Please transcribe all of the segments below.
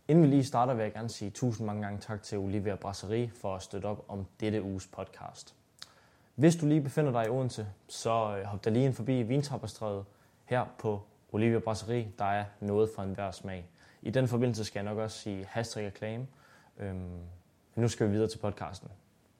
Inden vi lige starter, vil jeg gerne sige tusind mange gange tak til Olivia Brasserie for at støtte op om dette uges podcast. Hvis du lige befinder dig i Odense, så hop da lige ind forbi Vintapperstrædet her på Olivia Brasserie. Der er noget for enhver smag. I den forbindelse skal jeg nok også sige #reklame. Men nu skal vi videre til podcasten.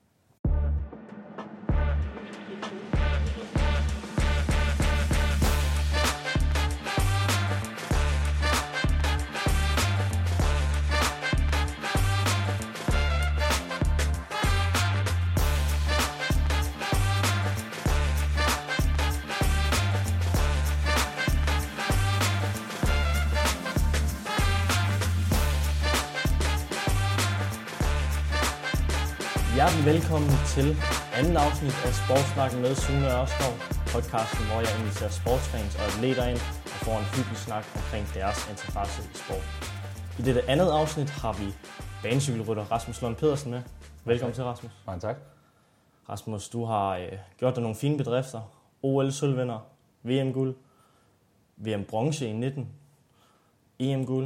Hjertelig velkommen til anden afsnit af Sportssnakken med Sune Ørskov, podcasten, hvor jeg inviterer sportsfans og atleter ind og får en hyggelig snak omkring deres interesse i sport. I dette andet afsnit har vi banecykelrytter Rasmus Lund Pedersen med. Velkommen til, Rasmus. Mange tak. Rasmus, du har gjort dig nogle fine bedrifter. OL-sølvvinder, VM-guld, VM-bronze i 19, EM-guld.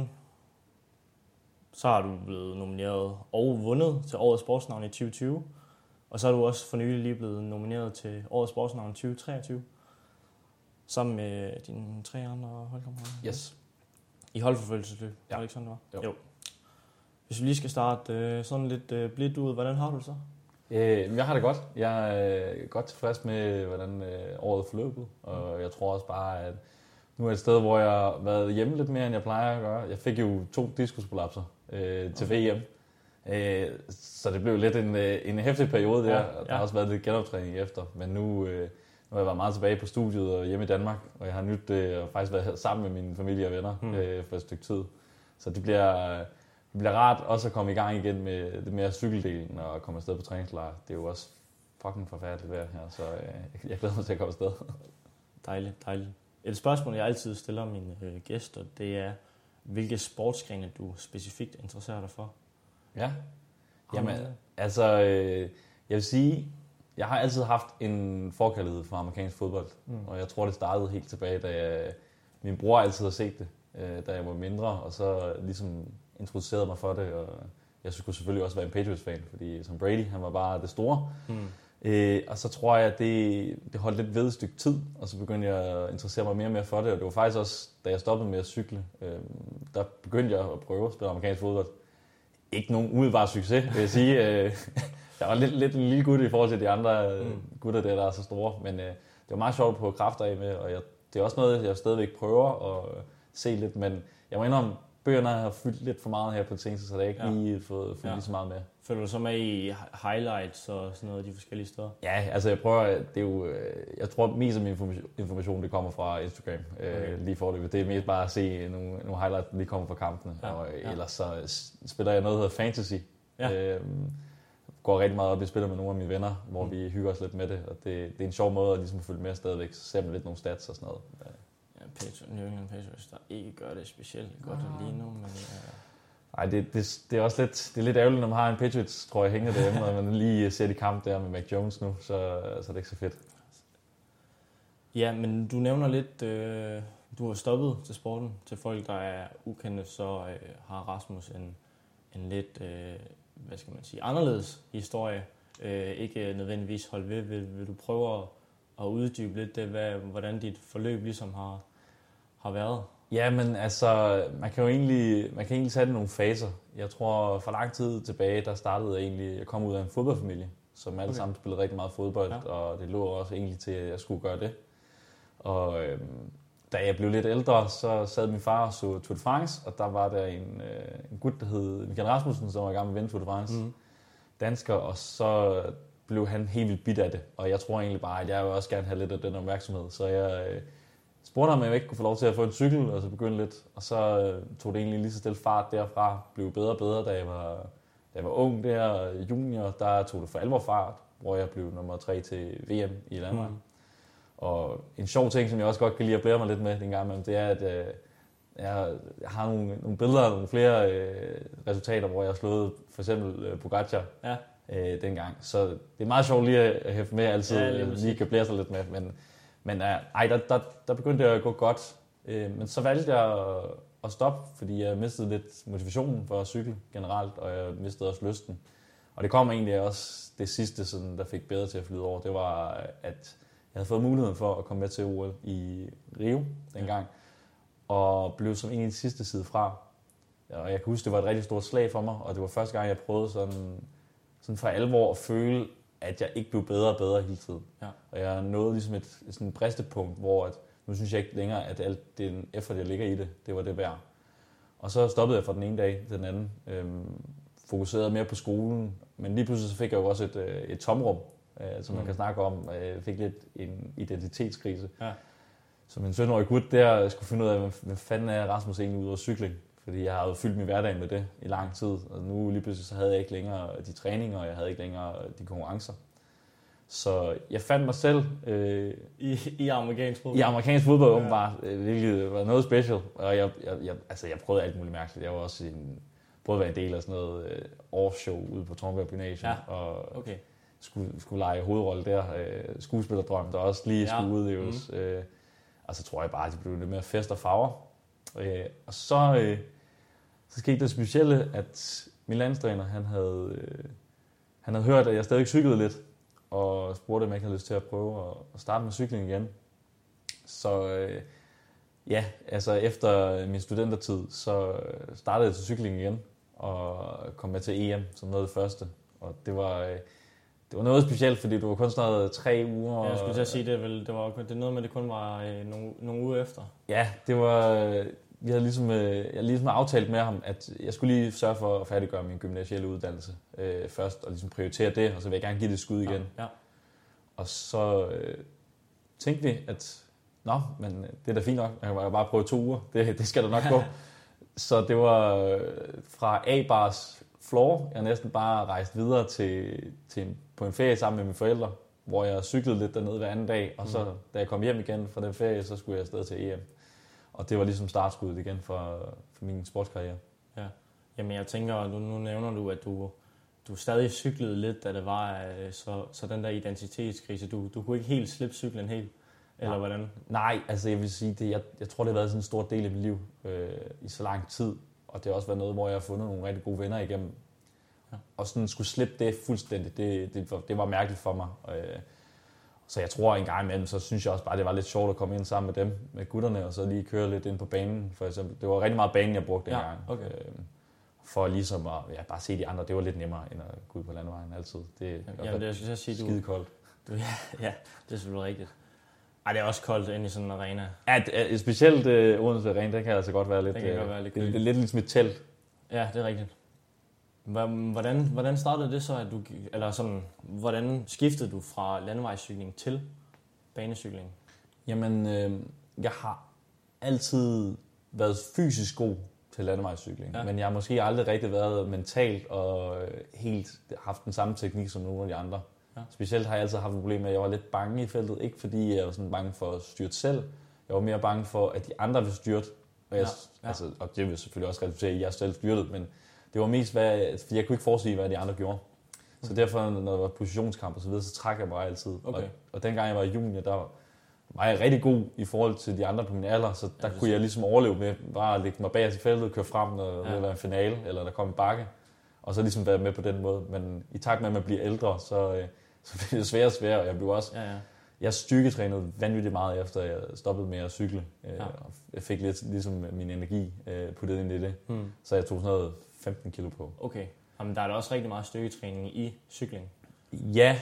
Så har du blevet nomineret og vundet til Årets Sportsnavn i 2020. Og så er du også for nylig lige blevet nomineret til Årets Sportsnavn i 2023. Sammen med dine 3 andre holdkammerater. Yes. I holdforfølgelsesløb. Ja. Var det ikke sådan, det var? Jo. Hvis vi lige skal starte sådan lidt blidt ud, hvordan har du det så? Jeg har det godt. Jeg er godt tilfreds med, hvordan året forløbet. Og jeg tror også bare, at nu er et sted, hvor jeg har været hjemme lidt mere, end jeg plejer at gøre. Jeg fik jo 2 diskusprolapser til VM. Så det blev lidt en heftig periode der. Der har også været lidt genoptræning efter. Men nu har jeg været meget tilbage på studiet og hjemme i Danmark. Og jeg har nydt at faktisk været sammen med min familie og venner for et stykke tid. Så det bliver rart også at komme i gang igen med det mere cykeldelen og komme afsted på træningslejr. Det er jo også fucking forfærdeligt vejr her, så jeg glæder mig til at komme afsted. Dejligt. Et spørgsmål, jeg altid stiller mine gæster, det er, hvilke sportsgrene du specifikt interesserer dig for? Ja, jamen, altså, jeg vil sige, jeg har altid haft en forkærlighed for amerikansk fodbold, og jeg tror, det startede helt tilbage, da min bror altid har set det, da jeg var mindre, og så ligesom introducerede mig for det, og jeg skulle selvfølgelig også være en Patriots-fan, fordi som Brady, han var bare det store. Og så tror jeg, at det holdt lidt ved et stykke tid, og så begyndte jeg at interessere mig mere og mere for det, og det var faktisk også, da jeg stoppede med at cykle, der begyndte jeg at prøve at spille amerikansk fodbold. Ikke nogen umiddelbar succes, vil jeg sige. Jeg var lidt en lille gut i forhold til de andre gutter, der er så store, men det var meget sjovt på kræfter af med, og det er også noget, jeg stadigvæk prøver at se lidt, men jeg må indrømme, bøgerne har fyldt lidt for meget her på det seneste, så det er ikke lige fået lige så meget med. Følger du så med i highlights og sådan noget af de forskellige steder? Ja, altså jeg prøver, det er jo, jeg tror mest af min information, det kommer fra Instagram, lige forløbet. Det er mest bare at se nogle highlights, der lige kommer fra kampene, og ellers så spiller jeg noget, der hedder fantasy. Går rigtig meget op i spiller med nogle af mine venner, hvor vi hygger os lidt med det, og det er en sjov måde at ligesom følge med stadigvæk, så ser man lidt nogle stats og sådan noget. New England Patriots, der ikke gør det specielt godt lige nu, men... Nej, det er også lidt ærgerligt, når man har en Patriots, tror jeg, hængende derhjemme, og man lige ser de kamp der med Mac Jones nu, så er det ikke så fedt. Ja, men du nævner lidt, du har stoppet til sporten. Til folk, der er ukendte, så har Rasmus en lidt, hvad skal man sige, anderledes historie. Ikke nødvendigvis holdt ved. Vil du prøve at uddybe lidt det, hvordan dit forløb ligesom har været? Ja, men altså, man kan egentlig tage det nogle faser. Jeg tror, for lang tid tilbage, der startede jeg kom ud af en fodboldfamilie, som alle sammen spillede rigtig meget fodbold, og det lå også egentlig til, at jeg skulle gøre det. Og da jeg blev lidt ældre, så sad min far og så Tour de France, og der var der en gut, der hed Michael Rasmussen, som var i gang med at vinde Tour de France, dansker, og så blev han helt vildt bidt af det. Og jeg tror egentlig bare, at jeg vil også gerne have lidt af den opmærksomhed, så jeg spurgte ham, om jeg ikke kunne få lov til at få en cykel, og så begyndte lidt. Og så tog det egentlig lige så stille fart derfra, blev bedre og bedre, da jeg var ung der, junior, der tog det for alvor fart, hvor jeg blev nummer 3 til VM i Danmark. Og en sjov ting, som jeg også godt kan lide at blære mig lidt med dengang, det er, at jeg har nogle billeder, nogle flere resultater, hvor jeg har slået for eksempel Pogacar dengang. Så det er meget sjovt lige at hæfte med, altid lige kan blære sig lidt med. Men der begyndte jeg at gå godt. Men så valgte jeg at stoppe, fordi jeg mistede lidt motivationen for at cykle generelt, og jeg mistede også lysten. Og det kom egentlig også det sidste, sådan, der fik bedre til at flyde over. Det var, at jeg havde fået muligheden for at komme med til OL i Rio dengang, og blev som en af de sidste side fra. Og jeg kan huske, det var et rigtig stort slag for mig, og det var første gang, jeg prøvede sådan for alvor at føle, at jeg ikke blev bedre og bedre hele tiden. Ja. Og jeg nåede ligesom sådan et bristepunkt, hvor at, nu synes jeg ikke længere, at alt det effort, jeg ligger i det, det var det værd. Og så stoppede jeg fra den ene dag til den anden. Fokuserede mere på skolen, men lige pludselig så fik jeg jo også et tomrum, som man kan snakke om. Jeg fik lidt en identitetskrise. Ja. Som en 17-årig gut der skulle finde ud af, hvad fanden er Rasmus egentlig ude af cykling? Fordi jeg havde fyldt min hverdag med det i lang tid, og nu lige pludselig så havde jeg ikke længere de træninger, og jeg havde ikke længere de konkurrencer. Så jeg fandt mig selv i amerikansk fodbold. I amerikansk fodbold åbenbart, hvilket var noget special. Og jeg prøvede alt muligt mærkeligt. Jeg var også både være en del af sådan noget årsshow ude på Tornberg Gymnasium, og skulle lege hovedrolle der. Skuespillerdrøm, der også lige skulle udøves. Og så tror jeg bare, at det blev lidt mere fest og farver. Og så skete det specielle, at min landstræner, han havde hørt, at jeg stadig cyklede lidt, og spurgte, om jeg ikke havde lyst til at prøve at starte med cykling igen. Så altså efter min studentertid, så startede jeg til cykling igen, og kom med til EM som noget af det første. Og det var noget specielt, fordi det var kun sådan 3 uger. Ja, jeg skulle til at sige, det er noget med, det kun var nogle uger efter. Ja, det var... Jeg havde ligesom aftalt med ham, at jeg skulle lige sørge for at færdiggøre min gymnasielle uddannelse først, og ligesom prioritere det, og så vil jeg gerne give det et skud igen. Ja. Og så tænkte vi, at men det er da fint nok, jeg kan bare prøve 2 uger, det skal da nok gå. Så det var fra A-bars floor, jeg næsten bare rejste videre på en ferie sammen med mine forældre, hvor jeg cyklede lidt dernede hver anden dag, og så da jeg kom hjem igen fra den ferie, så skulle jeg afsted til EM. Og det var ligesom startskuddet igen for min sportskarriere. Ja. Jamen jeg tænker, nu nævner du, at du stadig cyklede lidt, da det var så den der identitetskrise. Du kunne ikke helt slippe cyklen helt, eller hvordan? Nej, altså jeg vil sige, jeg tror, det har været sådan en stor del af mit liv i så lang tid. Og det har også været noget, hvor jeg har fundet nogle rigtig gode venner igennem. Ja. Og sådan skulle slippe det fuldstændig, det var mærkeligt for mig. Så jeg tror en gang imellem, så synes jeg også bare, det var lidt sjovt at komme ind sammen med dem, med gutterne, og så lige køre lidt ind på banen, for eksempel. Det var rigtig meget banen, jeg brugte dengang. Okay. For ligesom at bare se de andre. Det var lidt nemmere, end at gå ud på landevejen altid. Det er skide koldt. Ja, det er selvfølgelig rigtigt. Ej, det er også koldt inde i sådan en arena. Ja, specielt Odense Arena, det kan altså godt være lidt... Det kan godt være lidt det er lidt ligesom et telt. Ja, det er rigtigt. Hvordan startede det så, hvordan skiftede du fra landevejscykling til banecykling? Jamen, jeg har altid været fysisk god til landevejscykling, men jeg har måske aldrig rigtig været mentalt og helt haft den samme teknik som nogle af de andre. Ja. Specielt har jeg altid haft et problem med, at jeg var lidt bange i feltet. Ikke fordi jeg var sådan bange for at styrte selv. Jeg var mere bange for, at de andre ville styrte. Og det vil selvfølgelig også resultere i, at jeg selv styrtede, men det var mest, fordi jeg kunne ikke forudsige, hvad de andre gjorde. Så derfor, når der var positionskamp og så videre, så trak jeg mig altid. Okay. Og dengang jeg var junior, der var jeg rigtig god i forhold til de andre på min alder, så der kunne jeg ligesom overleve med bare at lægge mig bag i feltet, køre frem, når det var en finale, eller der kom en bakke, og så ligesom være med på den måde. Men i takt med, at man bliver ældre, så bliver det sværere og sværere, og jeg blev også... Jeg styrketrænede vanvittigt meget, efter jeg stoppede med at cykle. Og jeg fik lidt ligesom min energi puttet ind i det. Så jeg tog sådan noget 15 kilo på. Okay. Jamen, der er da også rigtig meget styrketræning i cykling. Ja.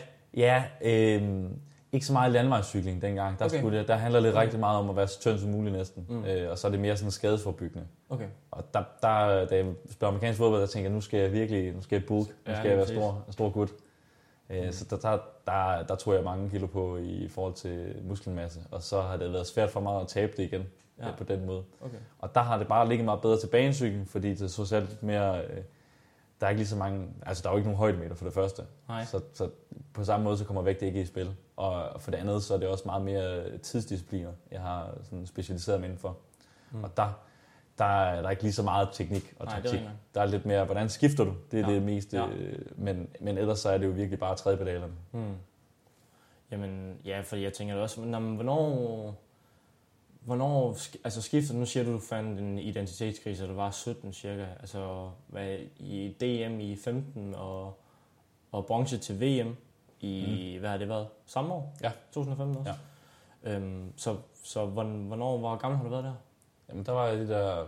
Ikke så meget landevejscykling dengang. Der handler det rigtig meget om at være så tynd som muligt næsten. Og så er det mere sådan skadesforbyggende. Okay. Og da jeg spiller amerikansk fodbold, der tænker jeg, nu skal jeg bulk. Nu skal jeg være stor gut. Så der tog jeg mange kilo på i forhold til muskelmasse, og så har det været svært for mig at tabe det igen på den måde. Okay. Og der har det bare ligget meget bedre til banecykling, fordi det er så selv mere, der er ikke lige så mange, altså der er jo ikke nogen højdemeter for det første. Så på samme måde så kommer vægt ikke i spil. Og for det andet så er det også meget mere tidsdiscipliner, jeg har sådan specialiseret mig indenfor. Og der er ikke lige så meget teknik og taktik. Der er lidt mere, hvordan skifter du? Det er det meste. Men ellers så er det jo virkelig bare trædepedalerne. Jamen, ja, fordi jeg tænker også, Hvornår skifter, nu siger du fandt en identitetskrise, der var 17 cirka, altså i DM i 15 og bronze til VM i, hvad har det været, samme år? Ja. 2015 også? Ja. Så hvor gammel har du været der? Jamen der var de der,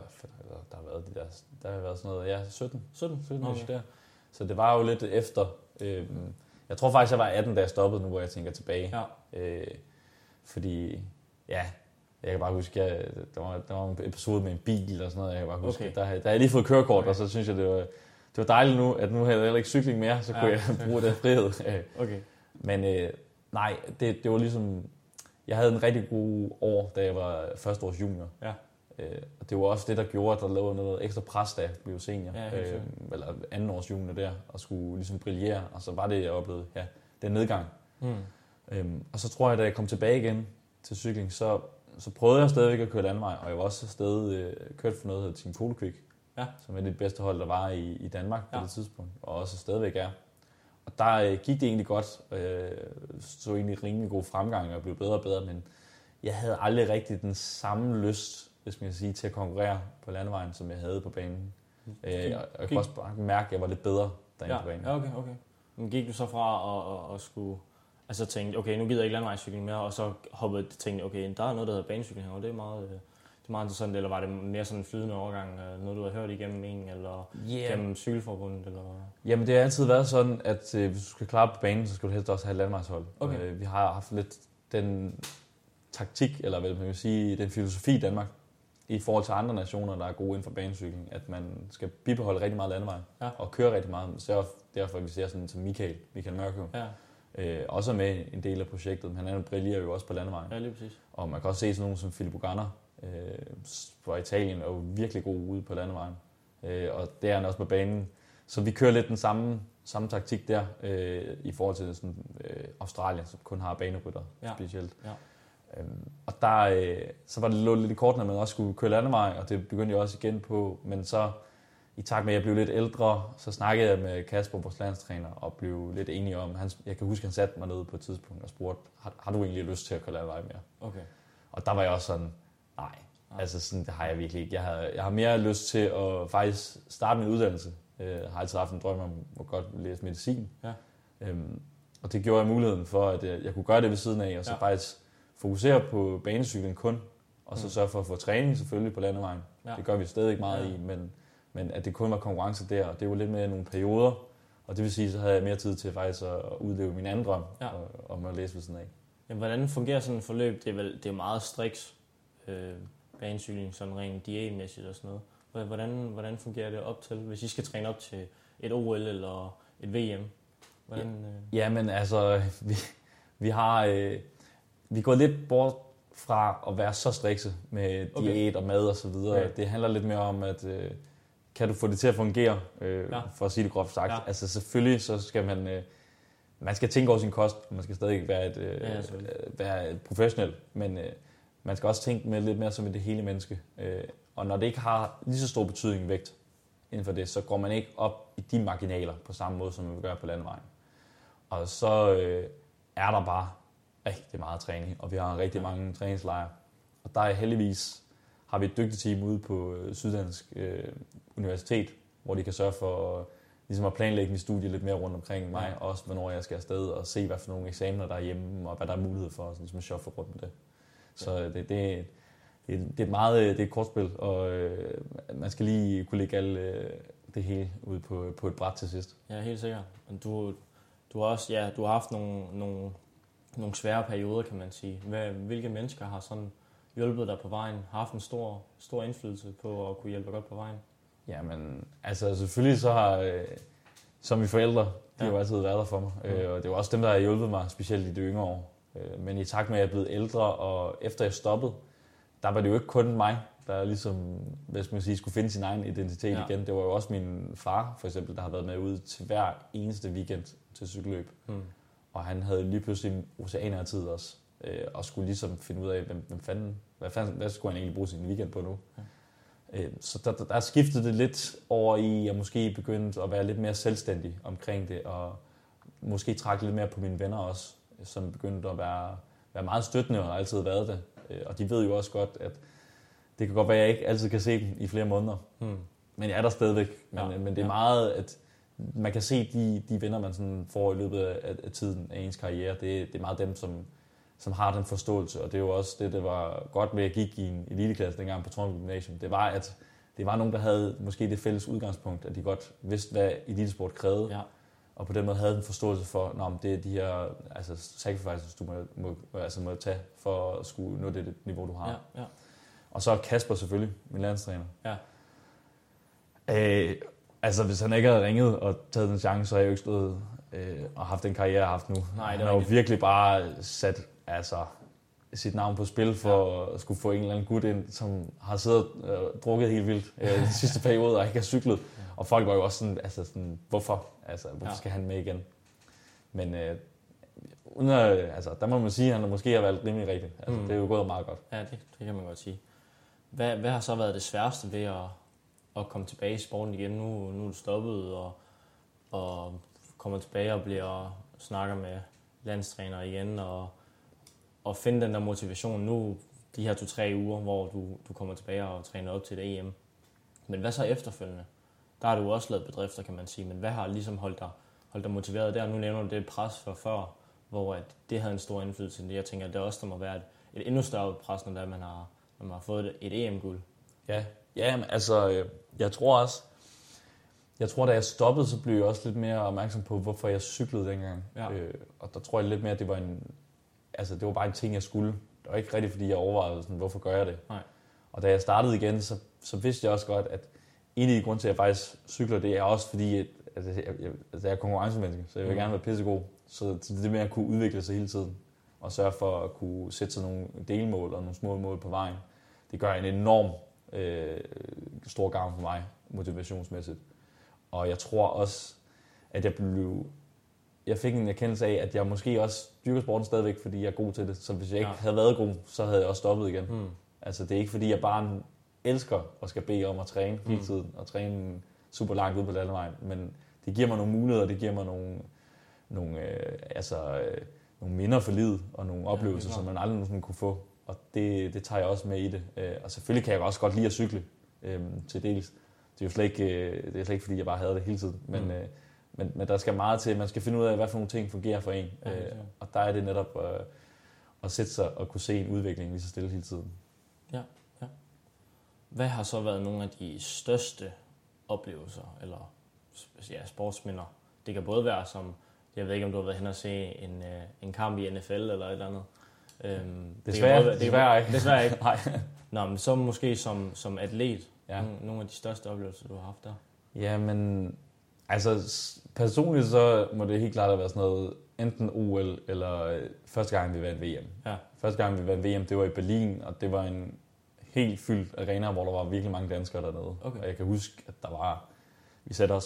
der har været sådan noget, 17 okay. Der. Så det var jo lidt efter, jeg tror faktisk, jeg var 18, da jeg stoppede nu, hvor jeg tænker tilbage. Ja. Fordi, jeg kan bare huske, der var en episode med en bil og sådan noget, jeg kan bare huske, okay. Der har jeg lige fået kørekort, okay. Og så synes jeg, det var dejligt nu, at nu havde jeg heller ikke cykling mere, så kunne jeg bruge den frihed. Okay. Men nej, det var ligesom, jeg havde en rigtig god år, da jeg var førsteårs junior. Ja. Og det var også det, der gjorde, at der lå noget ekstra pres, da jeg blev senior, eller andenårs junior der, og skulle ligesom brillere, og så var det, jeg oplevede, den nedgang. Og så tror jeg, da jeg kom tilbage igen til cykling, så prøvede jeg stadigvæk at køre landvej, og jeg var også afsted kørt for noget, der hedder Team Polo Quick, som er det bedste hold, der var i Danmark på det tidspunkt, og også stadigvæk er. Og der gik det egentlig godt, så egentlig rimelig god fremgang, og blev bedre og bedre, men jeg havde aldrig rigtig den samme lyst, hvis man kan sige, til at konkurrere på landevejen, som jeg havde på banen. Jeg kunne også bare mærke, at jeg var lidt bedre derinde på banen. Ja, okay. Men gik du så fra at skulle, altså tænkte, okay, nu gider jeg ikke landevejscykling mere, og så tænkte, okay, der er noget, der hedder banecykling her, og det er meget interessant, eller var det mere sådan en flydende overgang, noget du har hørt igennem en, eller gennem cykelforbundet, eller? Jamen, det har altid været sådan, at hvis du skal klare på banen, så skal du helst også have et landevejshold. Okay. Vi har haft lidt den taktik, eller hvad man vil sige, den filosofi i Danmark, i forhold til andre nationer, der er gode inden for banecykling, at man skal bibeholde rigtig meget landevej, og køre rigtig meget. Så derfor vi ser sådan som Michael Mørkøv. Ja. Også med en del af projektet, men han brillerer jo også på landevejen. Ja, lige præcis. Og man kan også se sådan nogen som Filippo Ganna fra Italien, og virkelig god ude på landevejen. Og det er han også på banen. Så vi kører lidt den samme taktik der, i forhold til sådan, Australien, som kun har banerytter specielt. Ja. Og der, så var det lidt i korten, at man også skulle køre landevej, og det begyndte jeg også igen på. Men så, i takt med, at jeg blev lidt ældre, så snakkede jeg med Kasper, vores landstræner, og blev lidt enig om, jeg kan huske, han satte mig ned på et tidspunkt og spurgte, har du egentlig lyst til at køre landevej mere? Okay. Og der var jeg også sådan, nej, altså sådan, det har jeg virkelig ikke. Jeg har mere lyst til at faktisk starte min uddannelse. Jeg har altid haft en drøm om at godt læse medicin. Ja. Og det gjorde jeg muligheden for, at jeg kunne gøre det ved siden af, og så faktisk fokusere på banecykling kun, og så sørge for at få træning selvfølgelig på landevejen. Ja. Det gør vi stadig ikke meget i, men at det kun var konkurrence der, og det var lidt mere nogle perioder, og det vil sige, så havde jeg mere tid til faktisk at udleve min anden drøm, om at læse ved siden af. Ja, hvordan fungerer sådan et forløb? Det er meget striks banecykling, sådan rent diætmæssigt og sådan noget. Hvordan fungerer det op til, hvis I skal træne op til et OL eller et VM? Jamen altså, vi går lidt bort fra at være så strikse med diæt og mad og så videre. Okay. Det handler lidt mere om, at kan du få det til at fungere, for at sige det groft sagt. Ja. Altså selvfølgelig så skal man skal tænke over sin kost, og man skal stadig være et professionel, men man skal også tænke med lidt mere som det hele menneske. Og når det ikke har lige så stor betydning vægt inden for det, så går man ikke op i de marginaler på samme måde, som man vil gøre på landevejen. Og så er der bare rigtig meget træning, og vi har rigtig mange træningslejre. Og der er heldigvis, har vi et dygtigt team ude på Syddansk Universitet, hvor de kan sørge for ligesom at planlægge mit studie lidt mere rundt omkring mig, og også hvornår jeg skal afsted og se, hvad for nogle eksamener der er hjemme, og hvad der er mulighed for, sådan som jeg shoffer rundt med det. Så det er et kortspil, og man skal lige kunne lægge alle det hele ud på et bræt til sidst. Ja, helt sikkert. Du har også, du har haft nogle svære perioder, kan man sige. Hvilke mennesker har sådan hjulpet dig på vejen, har haft en stor indflydelse på at kunne hjælpe dig godt på vejen? Jamen, altså selvfølgelig så har, som mine forældre, de har jo altid været der for mig. Og det er jo også dem, der har hjulpet mig, specielt i de yngre år. Men i takt med, at jeg er blevet ældre, og efter jeg stoppede, der var det jo ikke kun mig, der ligesom, hvis man sige, skulle finde sin egen identitet igen. Det var jo også min far, for eksempel, der har været med ud til hver eneste weekend til cykelløb. Og han havde lige pludselig en oceanertid også, og skulle ligesom finde ud af, hvad skulle han egentlig bruge sin weekend på nu. Så der skiftede det lidt over i, at måske begyndte at være lidt mere selvstændig omkring det, og måske trække lidt mere på mine venner også, som begyndte at være meget støttende og har altid været det. Og de ved jo også godt, at det kan godt være, at jeg ikke altid kan se dem i flere måneder. Men jeg er der stadigvæk. Men det er meget, at man kan se, de venner, man sådan får i løbet af tiden af ens karriere, det er meget dem, som har den forståelse. Og det er jo også det var godt ved at gik i en eliteklasse dengang på Trondheim Gymnasium. Det var, at det var nogen, der havde måske det fælles udgangspunkt, at de godt vidste, hvad elitesport krævede. Ja. Og på den måde havde en forståelse for, om det er de her sacrifices, du må tage for at skulle nå det niveau, du har. Ja, ja. Og så Kasper selvfølgelig, min landstræner. Ja. Hvis han ikke havde ringet og taget den chance, så havde jeg jo ikke stået og haft den karriere, jeg har haft nu. Nej, han har jo virkelig bare sat sit navn på spil for at skulle få en eller anden gut ind, som har siddet og drukket helt vildt de sidste periode og ikke har cyklet. Og folk var jo også sådan, hvorfor? Hvorfor skal han med igen? Men der må man sige, at han måske har valgt rimelig rigtigt. Det er jo gået meget godt. Ja, det kan man godt sige. Hvad har så været det sværeste ved at komme tilbage i sporten igen? Nu er du stoppet og kommer tilbage og snakker med landstræner igen og finde den der motivation nu, de her 2-3 uger, hvor du kommer tilbage og træner op til et EM. Men hvad så efterfølgende? Der har du også lavet bedrifter, kan man sige, men hvad har ligesom holdt dig motiveret der? Nu nævner du det pres før, hvor at det havde en stor indflydelse. Jeg tænker, at det også der må være et endnu større pres, når man har fået et EM-guld. Ja, jeg tror, da jeg stoppede, så blev jeg også lidt mere opmærksom på, hvorfor jeg cyklede dengang. Ja. Og der tror jeg lidt mere, at det var det var bare en ting, jeg skulle. Det var ikke rigtigt, fordi jeg overvejede, sådan, hvorfor gør jeg det? Nej. Og da jeg startede igen, så vidste jeg også godt, at en af de grunde til, at jeg faktisk cykler, det er også fordi, at jeg er konkurrencemenneske, så jeg vil gerne være pissegod. Så det med at kunne udvikle sig hele tiden, og sørge for at kunne sætte sig nogle delmål og nogle små mål på vejen, det gør en enorm stor gavn for mig, motivationsmæssigt. Og jeg tror også, at jeg fik en erkendelse af, at jeg måske også dyrker sporten stadigvæk, fordi jeg er god til det. Så hvis jeg ikke havde været god, så havde jeg også stoppet igen. Det er ikke fordi, jeg bare elsker at skal bede om at træne hele tiden, og træne super langt ud på landevejen, men det giver mig nogle muligheder, det giver mig nogle minder for livet, og nogle oplevelser, som man aldrig nogensinde kunne få. Og det tager jeg også med i det. Og selvfølgelig kan jeg også godt lide at cykle til dels. Det er jo slet ikke, fordi jeg bare havde det hele tiden. Men der skal meget til. Man skal finde ud af, hvad for nogle ting fungerer for en. Og der er det netop at sætte sig og kunne se en udvikling lige så stille hele tiden. Ja. Hvad har så været nogle af de største oplevelser, eller sportsminder? Det kan både være som, jeg ved ikke, om du har været hen og se en kamp i NFL eller et eller andet. Desværre ikke. Desværre ikke. Nej. Nå, men så måske som atlet. Ja. Nogle af de største oplevelser, du har haft der. Jamen, personligt så må det helt klart have været sådan noget, enten OL eller første gang vi vandt VM. Ja. Første gang vi vandt VM, det var i Berlin, og det var en helt fyldt arena, hvor der var virkelig mange danskere dernede. Okay. Og jeg kan huske, at vi satte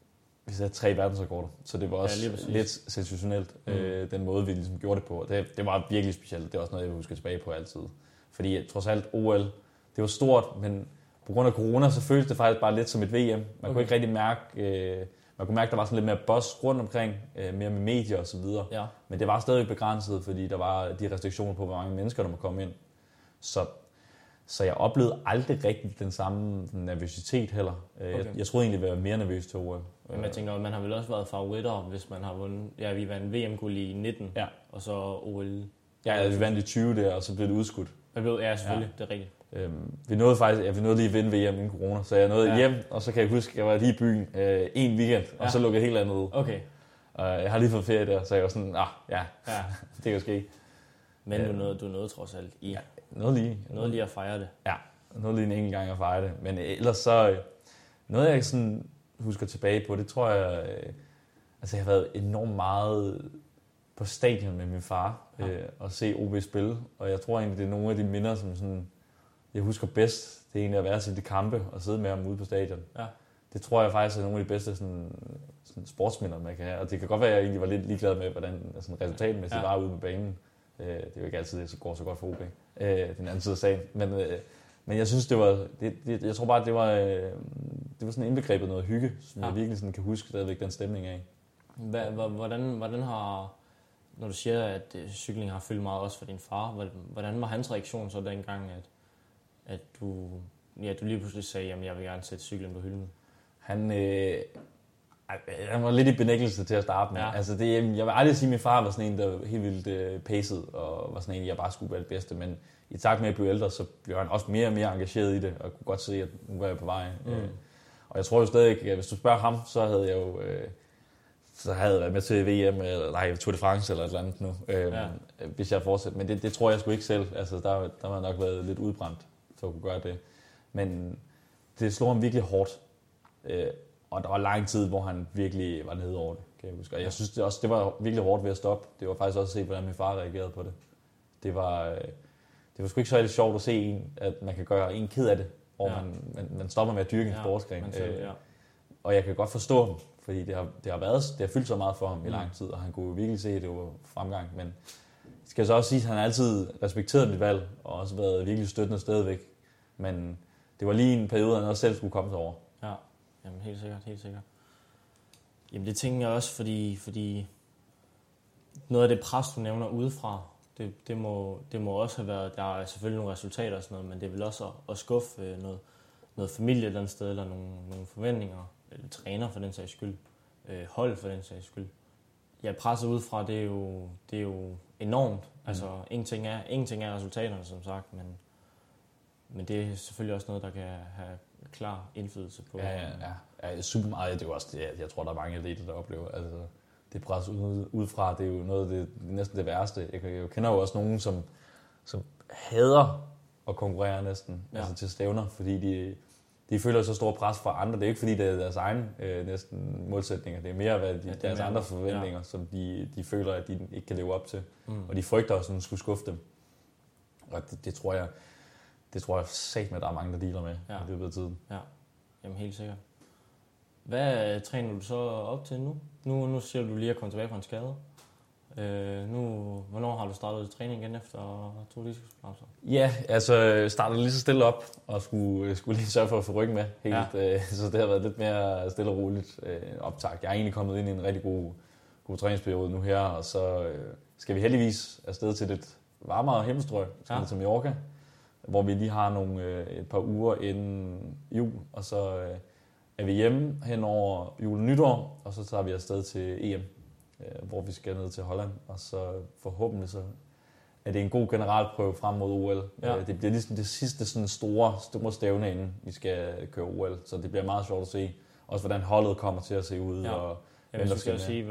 3 verdensrekorder, så det var også lidt sensationelt, den måde, vi ligesom gjorde det på. Det var virkelig specielt. Det er også noget, jeg husker tilbage på altid. Fordi trods alt OL, det var stort, men på grund af corona, så føltes det faktisk bare lidt som et VM. Man kunne ikke rigtig mærke, man kunne mærke, at der var sådan lidt mere buzz rundt omkring, mere med medier og så videre. Ja. Men det var stadig begrænset, fordi der var de restriktioner på, hvor mange mennesker, der må komme ind. Så jeg oplevede aldrig rigtig den samme nervøsitet heller. Okay. Jeg troede egentlig, at jeg var mere nervøs til OL. Men jeg tænker, man har vel også været favoritter, hvis man har vundet. Ja, vi vandt VM-guld i 19, ja. Og så OL. Ja, vi vandt i 20 der, og så blev det udskudt. Ja, selvfølgelig, ja. Det er rigtigt. Vi nåede lige at vinde VM inden corona, så jeg nåede hjem, og så kan jeg huske, at jeg var lige i byen en weekend, og så lukkede helt andet ud. Okay. Og jeg har lige fået ferie der, så jeg var sådan, det kan jo ske. Men du nåede trods alt i. Ja, noget lige at fejre det. Ja, noget lige en enkelt gang at fejre det. Men ellers så, noget jeg sådan husker tilbage på, det tror jeg, jeg har været enormt meget på stadion med min far, og se OB spille. Og jeg tror egentlig, det er nogle af de minder, som sådan, jeg husker bedst. Det er egentlig at være til de kampe og sidde med ham ude på stadion. Ja. Det tror jeg faktisk er nogle af de bedste sådan sportsminder, man kan have. Og det kan godt være, at jeg egentlig var lidt ligeglad med, hvordan resultatmæssigt var ude på banen. Det er jo ikke altid, det går så godt for OB. Den anden side af sagen. Men jeg synes, jeg tror bare, det var sådan indbegrebet noget hygge, som jeg virkelig sådan kan huske stadigvæk den stemning af. Hvordan har når du siger, at cykling har fyldt meget også for din far, hvordan var hans reaktion så dengang, at du lige pludselig sagde, at jeg vil gerne sætte cyklen på hylden? Han var lidt i benægtelse til at starte med. Ja. Altså jeg vil aldrig sige, at min far var sådan en, der helt vildt paced, og var sådan en, jeg bare skulle være det bedste. Men i takt med at blive ældre, så blev han også mere og mere engageret i det, og kunne godt se, at nu var jeg på vej. Og jeg tror jo stadig, at hvis du spørger ham, så havde jeg jo været med til VM, eller Tour de France eller et eller andet nu, hvis jeg fortsætter. Men det tror jeg sgu ikke selv. Altså, der var nok været lidt udbrændt for at kunne gøre det. Men det slog ham virkelig hårdt. Og der var lang tid, hvor han virkelig var nede over det, kan jeg huske. Og jeg synes det var virkelig hårdt ved at stoppe. Det var faktisk også at se, hvordan min far reagerede på det. Det var sgu ikke så rigtig sjovt at se at man kan gøre en ked af det, hvor man stopper med at dyrke en sportsgren. Og jeg kan godt forstå ham, fordi det har fyldt så meget for ham i lang tid, og han kunne virkelig se, at det var fremgang. Men det skal så også sige, at han altid respekteret mit valg, og også været virkelig støttende stadigvæk. Men det var lige en periode, han også selv skulle komme sig over. Ja, jamen helt sikkert. Jamen det tænker jeg også, fordi noget af det pres, du nævner udefra, det må også have været, der er selvfølgelig nogle resultater og sådan noget, men det er vel også at skuffe noget familie et eller andet sted, eller nogle forventninger, eller træner for den sags skyld, hold for den sags skyld. Ja, presset udefra, det er jo enormt. Altså, ingenting er resultaterne, som sagt, men det er selvfølgelig også noget, der kan have klar indflydelse på. Ja, super meget. Det er jo også det, jeg tror, der er mange atleter, der oplever. Altså, det pres udefra, det er jo noget af det næsten det værste. Jeg kender jo også nogen, som hader at konkurrere næsten altså til stævner, fordi de føler så stor pres fra andre. Det er ikke fordi, det er deres egen næsten målsætninger. Det er mere deres andre forventninger, som de føler, at de ikke kan leve op til. Og de frygter også, at den skulle skuffe dem. Og det tror jeg sagt med, at der er mange, der dealer med i løbet af tiden. Ja, jamen helt sikkert. Hvad træner du så op til nu? Nu siger du lige at komme tilbage fra en skade. Hvornår har du startet træning igen efter to diskusprolapser? Ja, altså startede lige så stille op og skulle lige sørge for at få ryggen med helt. Så det har været lidt mere stille og roligt optag. Jeg er egentlig kommet ind i en rigtig god træningsperiode nu her, og så skal vi heldigvis afsted til et varmere himmelstrøg, til Mallorca, hvor vi lige har et par uger inden jul, og så er vi hjemme hen over jul og nytår, og så tager vi afsted til EM, hvor vi skal ned til Holland, og så forhåbentlig så er det en god generalprøve frem mod OL. Ja. Det bliver ligesom det sidste sådan store stævne, inden vi skal køre OL, så det bliver meget sjovt at se, også hvordan holdet kommer til at se ud. Ja. Og jeg vil skal sige,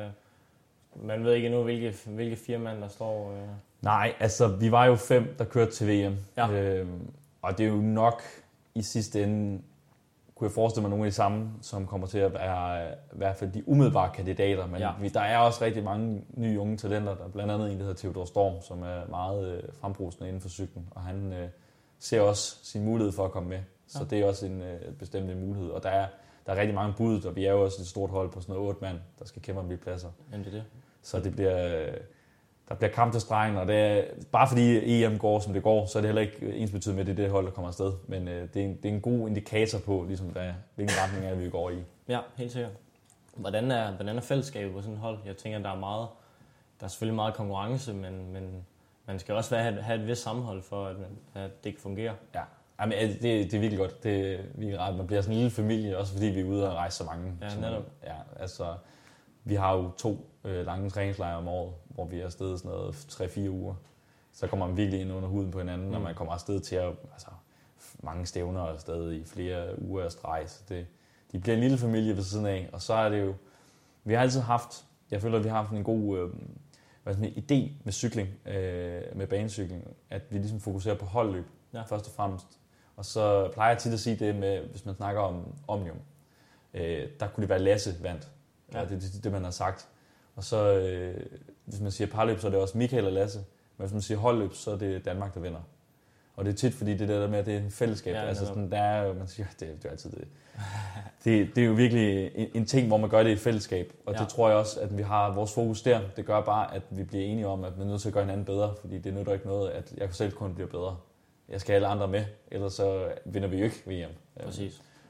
man ved ikke endnu, hvilke 4 mand, der står... Nej, altså vi var jo 5, der kørte til VM, og det er jo nok i sidste ende, kunne jeg forestille mig nogle af de samme, som kommer til at være i hvert fald de umiddelbare kandidater, men der er også rigtig mange nye unge talenter, der blandt andet en, der hedder Theodor Storm, som er meget frembrusende inden for cyklen, og han ser også sin mulighed for at komme med, så det er også en bestemt mulighed, og der er rigtig mange bud, og vi er jo også et stort hold på sådan noget 8 mand, der skal kæmpe om de pladser. Jamen det er det. Så der bliver kamp til stregen, og det er, bare fordi EM går, som det går, så er det heller ikke ensbetydende med, det hold, der kommer afsted. Men det er en god indikator på, ligesom, hvilken retning er vi går i. Ja, helt sikkert. Hvordan er fællesskabet på sådan et hold? Jeg tænker, der er selvfølgelig meget konkurrence, men man skal også have et vist sammenhold for, at det kan fungere. Ja, jamen, det er virkelig godt. Det er virkelig rart. Man bliver sådan en lille familie, også fordi vi er ude og rejse så mange. Ja, netop. Ja, altså... Vi har jo 2 lange træningslejre om året, hvor vi er afsted sådan noget 3-4 uger. Så kommer man virkelig ind under huden på hinanden, og man kommer afsted til mange stævner afsted i flere uger af streg. Så de bliver en lille familie ved siden af, og så er det jo... Vi har altid haft... Jeg føler, at vi har haft en god idé med cykling, med banecykling, at vi ligesom fokuserer på holdløb, først og fremmest. Og så plejer jeg tit at sige det med, hvis man snakker om Omnium. Der kunne det være Lasse vandt. Ja, det er det, man har sagt. Og så, hvis man siger parløb, så er det også Michael og Lasse. Men hvis man siger holdløb, så er det Danmark, der vinder. Og det er tit, fordi det der med, at det er en fællesskab. Ja, altså sådan, der er, man siger, det er altid det. Det er jo virkelig en ting, hvor man gør det i et fællesskab. Og det tror jeg også, at vi har vores fokus der. Det gør bare, at vi bliver enige om, at man er nødt til at gøre hinanden bedre. Fordi det nytter ikke noget, at jeg selv kun bliver bedre. Jeg skal have alle andre med, ellers så vinder vi jo ikke VM. Præcis.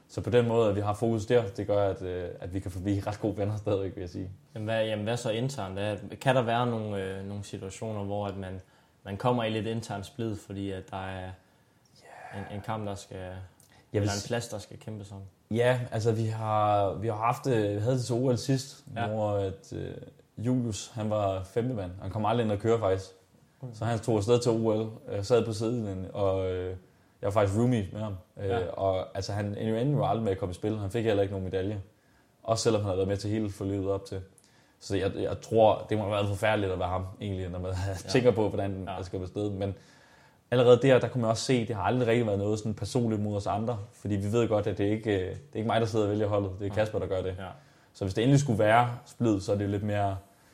Så på den måde, at vi har fokus der, det gør, at vi kan forblive ret gode venner stadigvæk, vil jeg sige. Hvad så internt? Kan der være nogle situationer, hvor at man kommer i lidt internt splid, fordi at der er en kamp, der skal... eller en plads, der skal kæmpes om? Ja, altså vi har haft vi havde det til OL sidst, hvor at, Julius, han var 5. mand. Han kom aldrig ind og køre faktisk. Så han tog afsted til OL, sad på sidelinjen, og jeg var faktisk roomie med ham. Og altså han endte jo aldrig med at komme i spil. Han fik heller ikke nogen medalje. Også selvom han havde været med til hele forløbet op til. Så jeg tror, det må have været forfærdeligt at være ham, egentlig, når man tænker på, hvordan der skal være sted. Men allerede der kunne man også se, at det har aldrig rigtig været noget sådan personligt mod os andre. Fordi vi ved godt, at det er ikke mig, der sidder og vælger holdet. Det er Kasper, der gør det. Ja. Så hvis det endelig skulle være splid, så er det jo lidt mere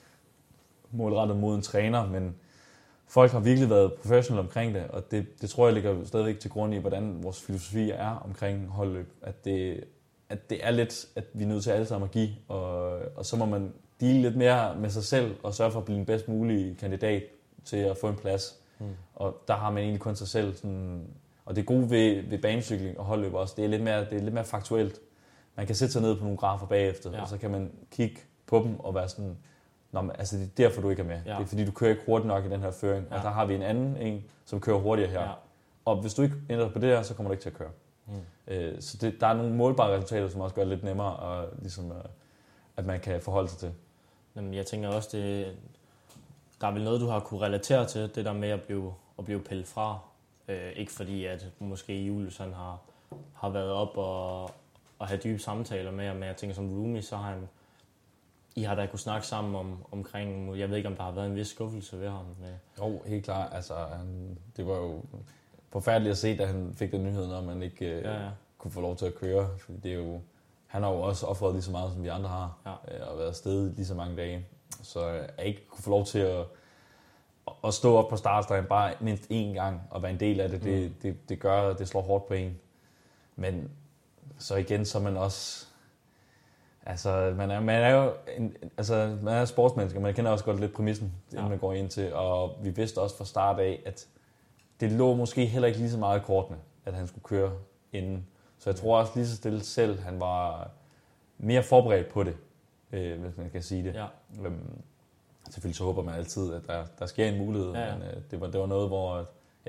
målrettet mod en træner. Men folk har virkelig været professionelle omkring det, og det tror jeg ligger stadigvæk til grund i, hvordan vores filosofi er omkring holdløb. At det er lidt, at vi er nødt til alle sammen at give, og så må man deale lidt mere med sig selv og sørge for at blive den bedst mulige kandidat til at få en plads. Og der har man egentlig kun sig selv. Sådan, og det gode ved banecykling og holdløb også, det er lidt mere faktuelt. Man kan sætte sig ned på nogle grafer bagefter, og så kan man kigge på dem og være sådan, altså det er derfor, du ikke er med. Det er fordi, du kører ikke hurtigt nok i den her føring. Og der har vi en, som kører hurtigere her. Og hvis du ikke ændrer på det her, så kommer du ikke til at køre. Så der er nogle målbare resultater, som også gør det lidt nemmere, og ligesom, at man kan forholde sig til. Jamen, jeg tænker også, der er vel noget, du har kunne relatere til, det der med at blive pillet fra. Ikke fordi, at måske Julius han har været op og have dybe samtaler med ham, men jeg tænker som roomie, så har I har da kunne snakke sammen omkring, jeg ved ikke, om der har været en vis skuffelse ved ham. Jo, helt klart. Altså, det var jo forfærdeligt at se, da han fik den nyhed, når man ikke kunne få lov til at køre. Fordi det er jo, han har jo også offret lige så meget, som vi andre har, og været afsted lige så mange dage. Så at ikke kunne få lov til at stå op på startstregen bare mindst én gang og være en del af det, det gør, det slår hårdt på en. Men så igen, så er man også... Altså, man er sportsmenneske, man kender også godt lidt præmissen, inden man går ind til, og vi vidste også fra start af, at det lå måske heller ikke lige så meget i kortene, at han skulle køre inden. Så jeg tror også lige så stille selv, han var mere forberedt på det, hvis man kan sige det. Ja. Selvfølgelig så håber man altid, at der sker en mulighed, men det var noget, hvor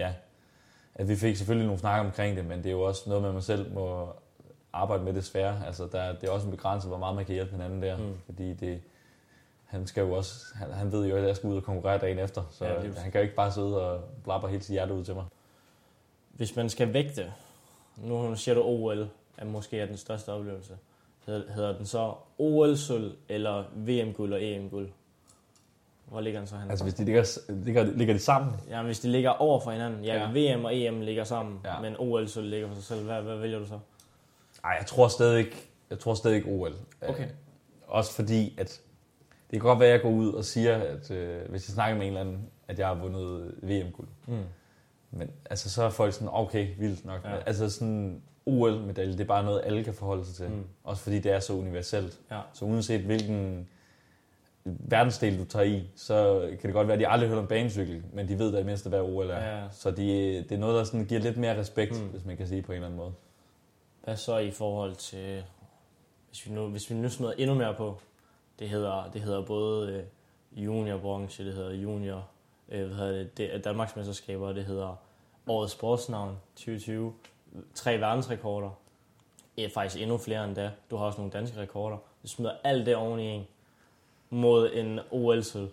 at vi fik selvfølgelig nogle snakker omkring det, men det er jo også noget med, man selv må arbejde med det svære. Altså, det er også en begrænsning, hvor meget man kan hjælpe hinanden der, fordi han skal jo også, han ved jo, at jeg skal ud og konkurrere dagen efter, så han kan jo ikke bare sidde og blabber helt sit hjerte ud til mig. Hvis man skal vægte, nu siger du OL, at måske er den største oplevelse. Hedder den så OL-sølv eller VM-guld og EM-guld? Hvor ligger den så hen? Altså hvis de ligger de sammen? Ja, hvis de ligger over for hinanden. Ja, VM og EM ligger sammen, men OL-sølv ligger for sig selv. Hvad vælger du så? Nej, jeg tror stadig OL. Okay. Også fordi, at det kan godt være, at jeg går ud og siger, at hvis jeg snakker med en eller anden, at jeg har vundet VM-guld. Men altså, så er folk sådan, okay, vildt nok. Ja. Altså sådan, OL-medalje, det er bare noget, alle kan forholde sig til. Også fordi det er så universelt. Ja. Så uanset hvilken verdensdel du tager i, så kan det godt være, at de aldrig har hørt om banecykel, men de ved da i mindste, hvad OL er. Ja. Så det er noget, der sådan giver lidt mere respekt, hvis man kan sige på en eller anden måde. Hvad så i forhold til, hvis vi nu smider endnu mere på, det hedder både juniorbranche, det hedder junior, Danmarksmesterskaber, det hedder Årets Sportsnavn 2020, 3 verdensrekorder, faktisk endnu flere end da, du har også nogle danske rekorder, du smider alt det oven i en, mod en OL-sølv.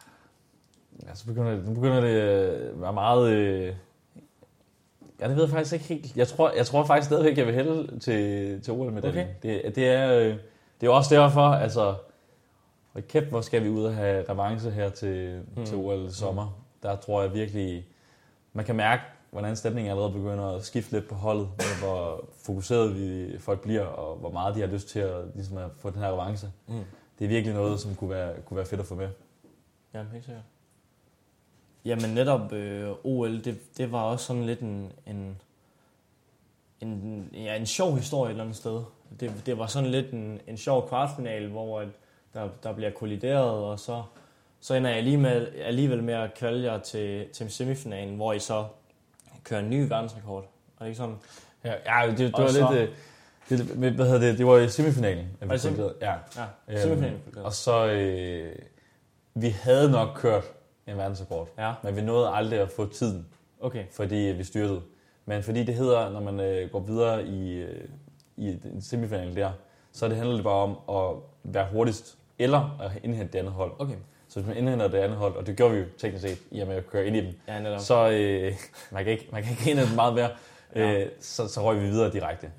Ja, så begynder det at være meget... Ja, det ved jeg faktisk ikke helt. Jeg tror faktisk stadigvæk, jeg vil hælde til OL-medaljen. Okay. Det er jo også derfor, altså... Kæft, hvor skal vi ud og have revanche her til OL i sommer. Der tror jeg virkelig... Man kan mærke, hvordan stemningen allerede begynder at skifte lidt på holdet. Hvor fokuseret folk bliver, og hvor meget de har lyst til at få den her revanche. Det er virkelig noget, som kunne være fedt at få med. Ja, helt sikkert. Jamen netop OL, det var også sådan lidt en sjov historie et eller andet sted. Det var sådan lidt en sjov kvartfinale, hvor der bliver kollideret, og så ender jeg alligevel med at kvalge jer til semifinalen, hvor I så kører en ny verdensrekord. Er det ikke sådan? Ja, det var lidt... Det var i semifinalen. Ja, semifinalen. Og så, vi havde nok kørt en verdensrekord, men vi nåede aldrig at få tiden, fordi vi styrtede. Men fordi det hedder, når man går videre i semifinalen der, så handler det bare om at være hurtigst, eller at indhente det andet hold. Så hvis man indhenter det andet hold, og det gjorde vi jo teknisk set, i og med at køre ind i dem, så man kan ikke indhente dem meget mere, så røg vi videre direkte.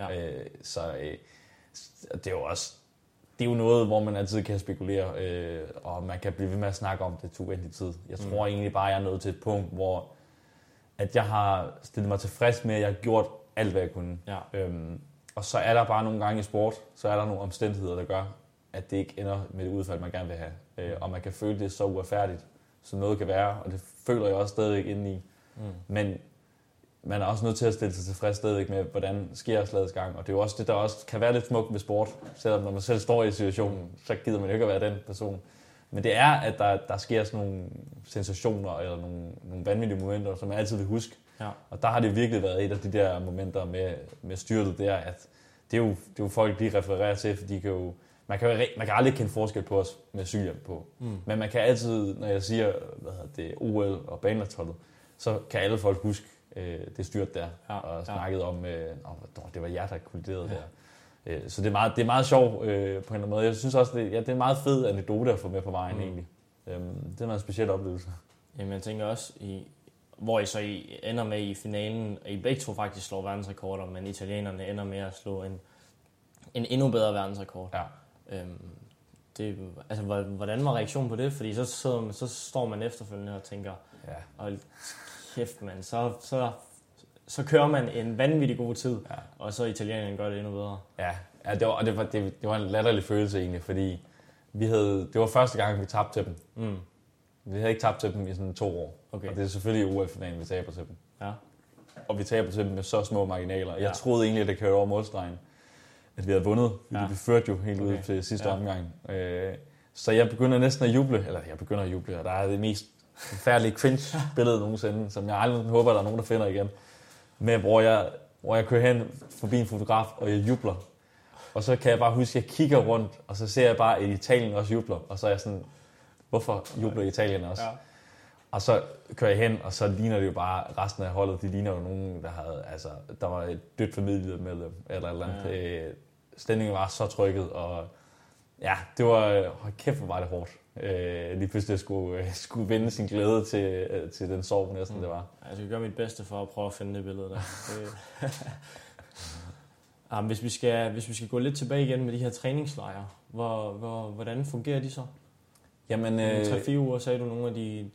Det er jo også, det er jo noget, hvor man altid kan spekulere, og man kan blive ved med at snakke om det til uendelig tid. Jeg tror egentlig bare, jeg er nået til et punkt, hvor at jeg har stillet mig tilfreds med, at jeg har gjort alt, hvad jeg kunne. Og så er der bare nogle gange i sport, så er der nogle omstændigheder, der gør, at det ikke ender med det udfald, man gerne vil have. Og man kan føle det så uretfærdigt, som noget kan være, og det føler jeg også stadigvæk indeni. Men man er også nødt til at stille sig tilfreds stadigvæk med, hvordan sker slagets gang. Og det er jo også det, der også kan være lidt smukt ved sport, selvom når man selv står i situationen, så gider man jo ikke at være den person. Men det er, at der sker sådan nogle sensationer, eller nogle vanvittige momenter, som man altid vil huske. Og der har det virkelig været et af de der momenter med styrtet der, at det er jo folk, de refererer til, for de kan jo... Man kan aldrig kende forskel på os med cykelhjelm på. Men man kan altid, når jeg siger, OL og banelandsholdet, så kan alle folk huske det styrt der, og snakket om, det var jer, der kolliderede der. Så det er meget sjovt på en eller anden måde. Jeg synes også, det er en meget fed anekdote at få med på vejen egentlig. Det er en meget speciel oplevelse. Jamen jeg tænker også, hvor I ender med i finalen, og I begge to faktisk slår verdensrekorder, men italienerne ender med at slå en endnu bedre verdensrekord. Hvordan var reaktionen på det? Fordi så står man efterfølgende og tænker, hold kæft mand, så kører man en vanvittig god tid, og så italienerne gør det endnu bedre. Det var en latterlig følelse egentlig, fordi det var første gang, vi tabte til dem. Vi havde ikke tabt til dem i sådan 2 år, og det er selvfølgelig i OL-finalen, vi taber til dem. Og vi taber til dem med så små marginaler. Jeg troede egentlig, at det kørte over målstregen, at vi havde vundet, fordi vi førte jo helt ud til sidste omgang. Så jeg begynder næsten at juble, og der er det mest forfærdelige cringe-billede nogensinde, som jeg aldrig håber, der er nogen, der finder igen, med hvor jeg kører hen forbi en fotograf, og jeg jubler. Og så kan jeg bare huske, at jeg kigger rundt, og så ser jeg bare, at Italien også jubler, og så er jeg sådan, hvorfor jubler Italien også? Og så kører jeg hen, og så ligner det jo bare resten af holdet. De ligner jo nogen, der var et dødt familie med dem, eller andet. Stemningen var så trykket, og det var, hold kæft, hvor var det hårdt. Lige pludselig skulle vende sin glæde til den sorg næsten, det var. Jeg skal gøre mit bedste for at prøve at finde det billede der. Hvis vi skal gå lidt tilbage igen med de her træningslejre, hvordan fungerer de så? Jamen, 3-4 uger, sagde du nogle af de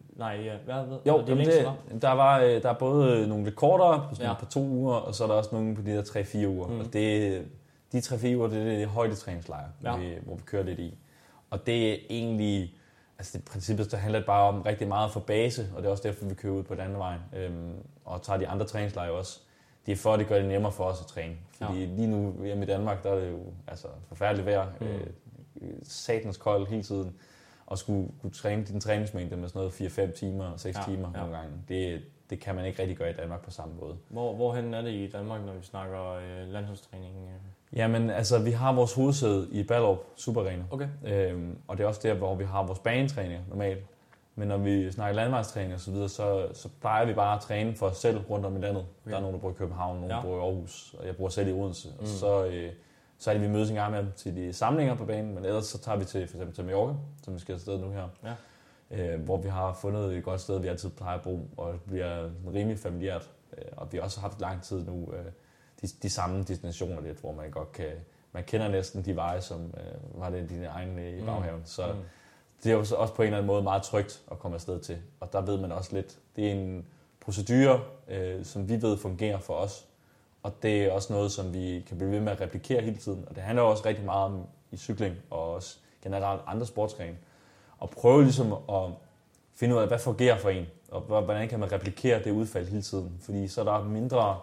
der er både nogle lidt kortere, på sådan på 2 uger, og så er der også nogle på de der 3-4 uger. Og de 3-4 uger, det er de højdetræningslejre, hvor vi kører lidt i. Og det er egentlig, altså i princippet, der handler det bare om rigtig meget for base, og det er også derfor, vi kører ud på landevejen, og tager de andre træningslejre også. Det er for, at det gør det nemmere for os at træne. Fordi lige nu hjemme i Danmark, der er det jo forfærdeligt vejr, satans kold hele tiden, og skulle træne din træningsmængde med sådan noget 4-5 timer, 6 timer nogle gange. Det kan man ikke rigtig gøre i Danmark på samme måde. Hvorhen er det i Danmark, når vi snakker landsholdstræning? Jamen, altså, vi har vores hovedsæde i Ballerup Superarena. Og det er også der, hvor vi har vores banetræning normalt. Men når vi snakker landevejstræning og så videre, så plejer vi bare at træne for os selv rundt om i landet. Der er nogen, der bor i København, nogen, der bor i Aarhus, og jeg bor selv i Odense. Og så er det, vi mødes en gang med dem til de samlinger på banen, men ellers så tager vi for eksempel til Mallorca, som vi skal afsted nu her. Hvor vi har fundet et godt sted, vi altid plejer at bo, og det bliver rimelig familiært. Og vi har også haft lang tid nu de samme destinationer lidt, hvor man godt kan... Man kender næsten de veje, som var det dine egne i baghaven. Så det er jo også på en eller anden måde meget trygt at komme afsted til. Og der ved man også lidt, det er en procedure, som vi ved fungerer for os. Og det er også noget, som vi kan blive ved med at replikere hele tiden. Og det handler også rigtig meget om i cykling og også generelt andre sportsgrene. Og prøve ligesom at finde ud af, hvad fungerer for en, og hvordan kan man replikere det udfald hele tiden. Fordi så er der mindre,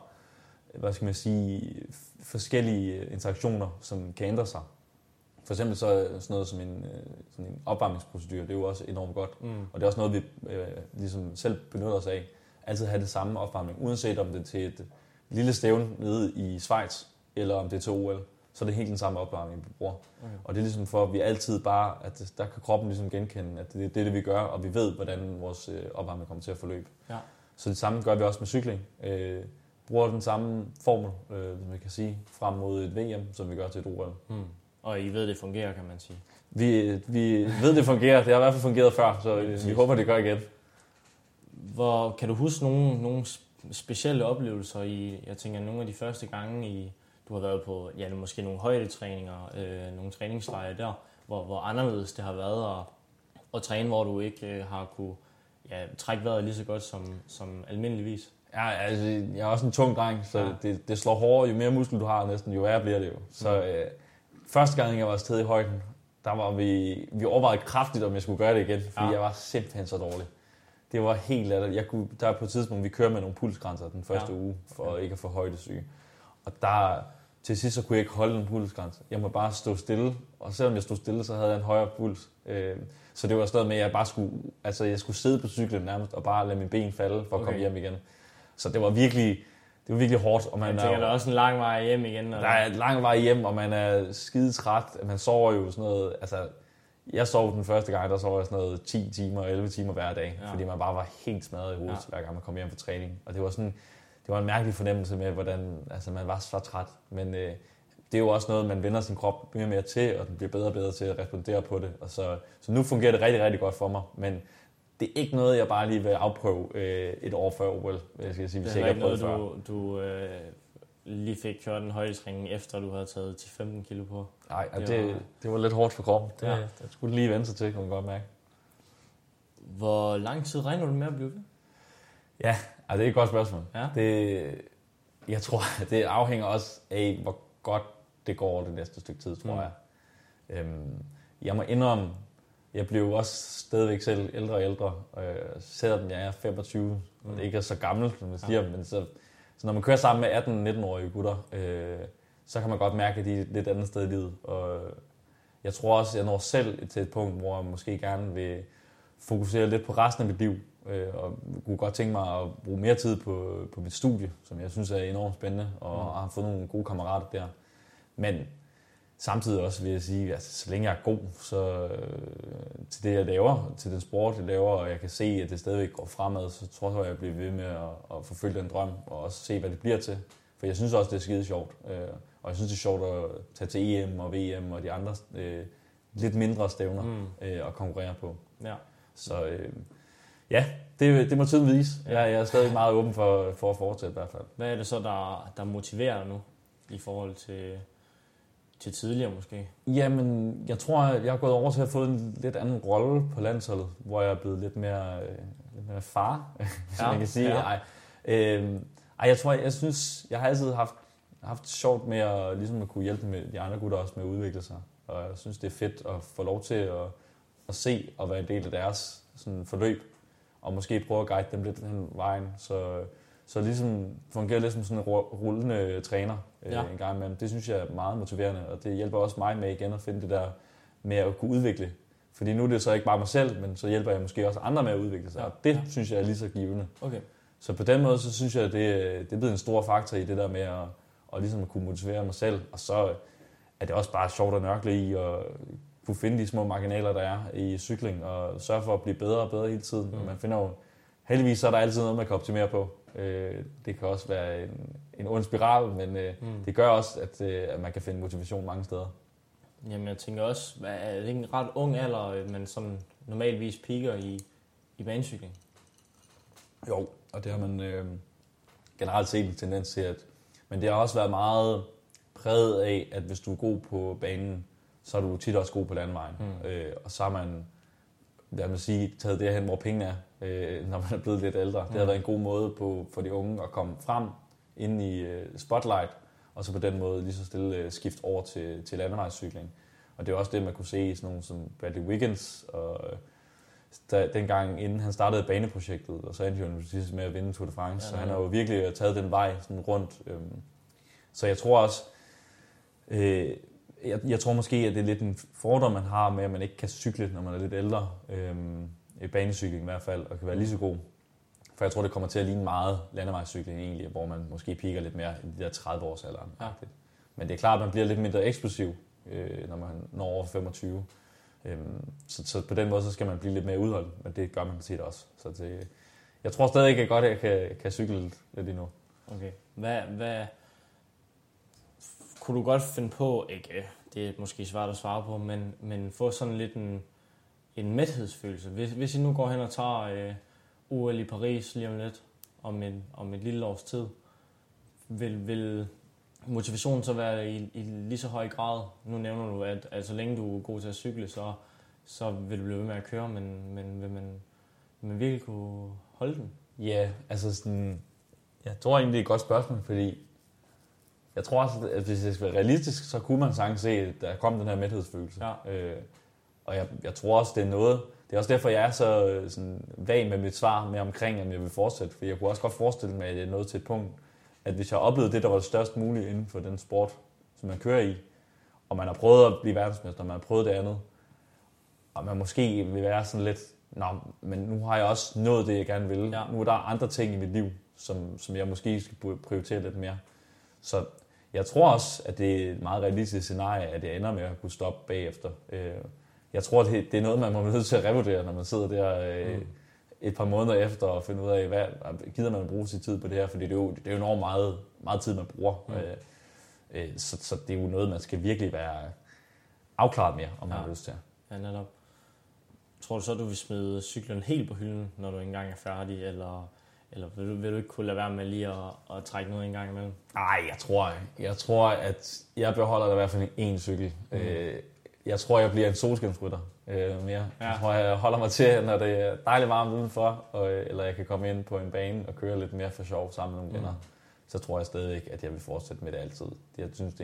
forskellige interaktioner, som kan ændre sig. For eksempel så er sådan noget som en opvarmningsprocedure, det er jo også enormt godt. Og det er også noget, vi ligesom selv benytter os af. Altid have det samme opvarmning, uanset om det er til et lille stævne nede i Schweiz, eller om det er til OL, så er det helt den samme opvarmning, vi bruger. Okay. Og det er ligesom for, at vi altid bare, at der kan kroppen ligesom genkende, at det er det, vi gør, og vi ved, hvordan vores opvarmning kommer til at forløbe. Ja. Så det samme gør vi også med cykling. Bruger den samme formel, som man kan sige, frem mod et VM, som vi gør til et OL. Og I ved, det fungerer, kan man sige? Vi ved, det fungerer. Det har i hvert fald fungeret før, så vi håber, det gør igen. Kan du huske nogle specielle oplevelser jeg tænker, nogle af de første gange, du har været på måske nogle højdetræninger, nogle træningslejre der, hvor anderledes det har været at træne, hvor du ikke har kunne trække vejret lige så godt som almindeligvis? Ja, altså, jeg er også en tung dreng, så det slår hårdere. Jo mere muskel du har næsten, jo værre bliver det jo. Så første gang, jeg var afsted i højden, der var vi overvejede kraftigt, om jeg skulle gøre det igen, fordi jeg var simpelthen så dårlig. Det var helt latterligt. Der er på et tidspunkt, vi kører med nogle pulsgrænser den første uge, for ikke at få højdesyge. Og der, til sidst så kunne jeg ikke holde en pulsgrænse. Jeg må bare stå stille, og selvom jeg stod stille, så havde jeg en højere puls. Så det var sådan noget med, at jeg bare skulle sidde på cyklen nærmest, og bare lade mine ben falde for at komme hjem igen. Så det var virkelig hårdt. Og jeg tænker, der er også en lang vej hjem igen. Der er en lang vej hjem, og man er skidetræt. Man sover jo sådan noget. Altså, jeg sov den første gang, der sov jeg sådan noget 10 timer, 11 timer hver dag. Ja. Fordi man bare var helt smadret i hovedet, hver gang man kom hjem fra træning. Og det var en mærkelig fornemmelse med, hvordan man var så træt. Men det er jo også noget, man vender sin krop mere og mere til, og den bliver bedre og bedre til at respondere på det. Og så nu fungerer det rigtig, rigtig godt for mig. Men det er ikke noget, jeg bare lige vil afprøve et år før OL. Jeg skal sige, det er ikke noget, du lige fik kørt en højdetræning, efter du havde taget 10-15 kilo på? Nej, det var lidt hårdt for kroppen. Det skulle lige vende sig til, kan man godt mærke. Hvor lang tid regner du med at blive ved? Ja, det er et godt spørgsmål. Ja. Jeg tror, det afhænger også af, hvor godt det går det næste stykke tid, tror jeg. Jeg må indrømme, jeg blev også stadigvæk selv ældre og ældre, selvom jeg er 25, og det ikke er så gammel, som man siger, men så når man kører sammen med 18-19-årige gutter, så kan man godt mærke, at de er lidt andet sted i livet. Og jeg tror også, at jeg når selv til et punkt, hvor jeg måske gerne vil fokusere lidt på resten af mit liv, og kunne godt tænke mig at bruge mere tid på mit studie, som jeg synes er enormt spændende, og har fået nogle gode kammerater der. Men samtidig også vil jeg sige, at så længe jeg er god, så til det jeg laver, til den sport jeg laver, og jeg kan se, at det stadigvæk går fremad, så tror jeg, at jeg bliver ved med at forfølge den drøm, og også se, hvad det bliver til. For jeg synes også, det er skide sjovt. Og jeg synes, det er sjovt at tage til EM og VM og de andre lidt mindre stævner og konkurrere på. Ja. Så det må tiden vise. Jeg er stadig meget åben for at fortsætte i hvert fald. Hvad er det så, der motiverer dig nu i forhold til tidligere måske? Jamen, jeg tror, jeg har gået over til at få en lidt anden rolle på landsholdet, hvor jeg er blevet lidt mere far, som man kan sige. Ja. Jeg synes, jeg har altid haft sjovt med at kunne hjælpe med de andre gutter også med at udvikle sig. Og jeg synes, det er fedt at få lov til at se og være en del af deres sådan, forløb, og måske prøve at guide dem lidt den vejen. Så ligesom fungerer lidt som sådan en rullende træner en gang imellem. Det synes jeg er meget motiverende, og det hjælper også mig med igen at finde det der med at kunne udvikle. Fordi nu er det så ikke bare mig selv, men så hjælper jeg måske også andre med at udvikle sig. Og det synes jeg er lige så givende. Okay. Så på den måde, så synes jeg, at det er blevet en stor faktor i det der med at ligesom at kunne motivere mig selv. Og så er det også bare sjovt at nørkle i og kunne finde de små marginaler, der er i cykling, og sørge for at blive bedre og bedre hele tiden. Man finder jo, heldigvis så er der altid noget, man kan optimere på. Det kan også være en ond spiral, men det gør også, at man kan finde motivation mange steder. Jamen jeg tænker også, er det ikke en ret ung alder, man sådan normalvis piker i banecykling? Jo, og det har man generelt set en tendens til, men det har også været meget præget af, at hvis du er god på banen, så er du tit også god på landvejen. Og så har man, lad mig sige, taget det hen, hvor pengene er, når man er blevet lidt ældre. Det har været en god måde for de unge at komme frem ind i spotlight, og så på den måde lige så stille skift over til landevejscykling. Og det er også det, man kunne se i sådan nogle som Bradley Wiggins, og dengang inden han startede baneprojektet, og så endte han jo med at vinde Tour de France, så han har jo virkelig taget den vej sådan rundt. Så jeg tror også, jeg tror måske, at det er lidt en fordom, man har med, at man ikke kan cykle, når man er lidt ældre. I banecykling i hvert fald, og kan være lige så god. For jeg tror, det kommer til at ligne meget landevejscykling egentlig, hvor man måske piker lidt mere i de der 30-års alderen. Ja. Men det er klart, at man bliver lidt mindre eksplosiv, når man når over 25. Så på den måde, så skal man blive lidt mere udholden, men det gør man tit også. Så det, jeg tror stadig ikke, at jeg kan cykle lidt endnu. Okay. Hvad kunne du godt finde på, ikke, det er måske svært at svare på, men få sådan lidt en mæthedsfølelse. Hvis I nu går hen og tager OL i Paris lige om lidt, om et lille års tid, vil motivationen så være i lige så høj grad? Nu nævner du, at så længe du er god til at cykle, så vil du blive ved med at køre, men vil man virkelig kunne holde den? Ja, altså sådan, jeg tror egentlig, det er et godt spørgsmål, fordi jeg tror også, at hvis det skal være realistisk, så kunne man sagtens se, at der kom den her mæthedsfølelse. Ja. Og jeg tror også, det er noget. Det er også derfor, jeg er så sådan, vag med mit svar med omkring, om jeg vil fortsætte. For jeg kunne også godt forestille mig, at det er noget til et punkt, at hvis jeg har oplevet det, der var det størst mulige inden for den sport, som man kører i, og man har prøvet at blive verdensmester, og man har prøvet det andet, og man måske vil være sådan lidt, men nu har jeg også nået det, jeg gerne vil. Ja. Nu er der andre ting i mit liv, som jeg måske skal prioritere lidt mere. Så jeg tror også, at det er et meget realistisk scenarie, at jeg ender med at kunne stoppe bagefter. Jeg tror, det er noget, man må nødt til at revurdere, når man sidder der et par måneder efter og finder ud af, hvad gider man at bruge sin tid på det her, fordi det er jo enormt meget tid, man bruger. Så det er jo noget, man skal virkelig være afklaret mere, om man har lyst til. Ja, netop. Tror du så, du vil smide cyklen helt på hylden, når du engang er færdig, eller vil du ikke kunne lade være med lige at trække noget en gang imellem? Nej, jeg tror, at jeg beholder i hvert fald én cykel. Jeg tror, jeg bliver en solskinsrytter mere. Ja. Jeg tror, jeg holder mig til, når det er dejligt varmt udenfor, eller jeg kan komme ind på en bane og køre lidt mere for sjov sammen med nogle venner. Så tror jeg stadig, at jeg vil fortsætte med det altid. Jeg synes,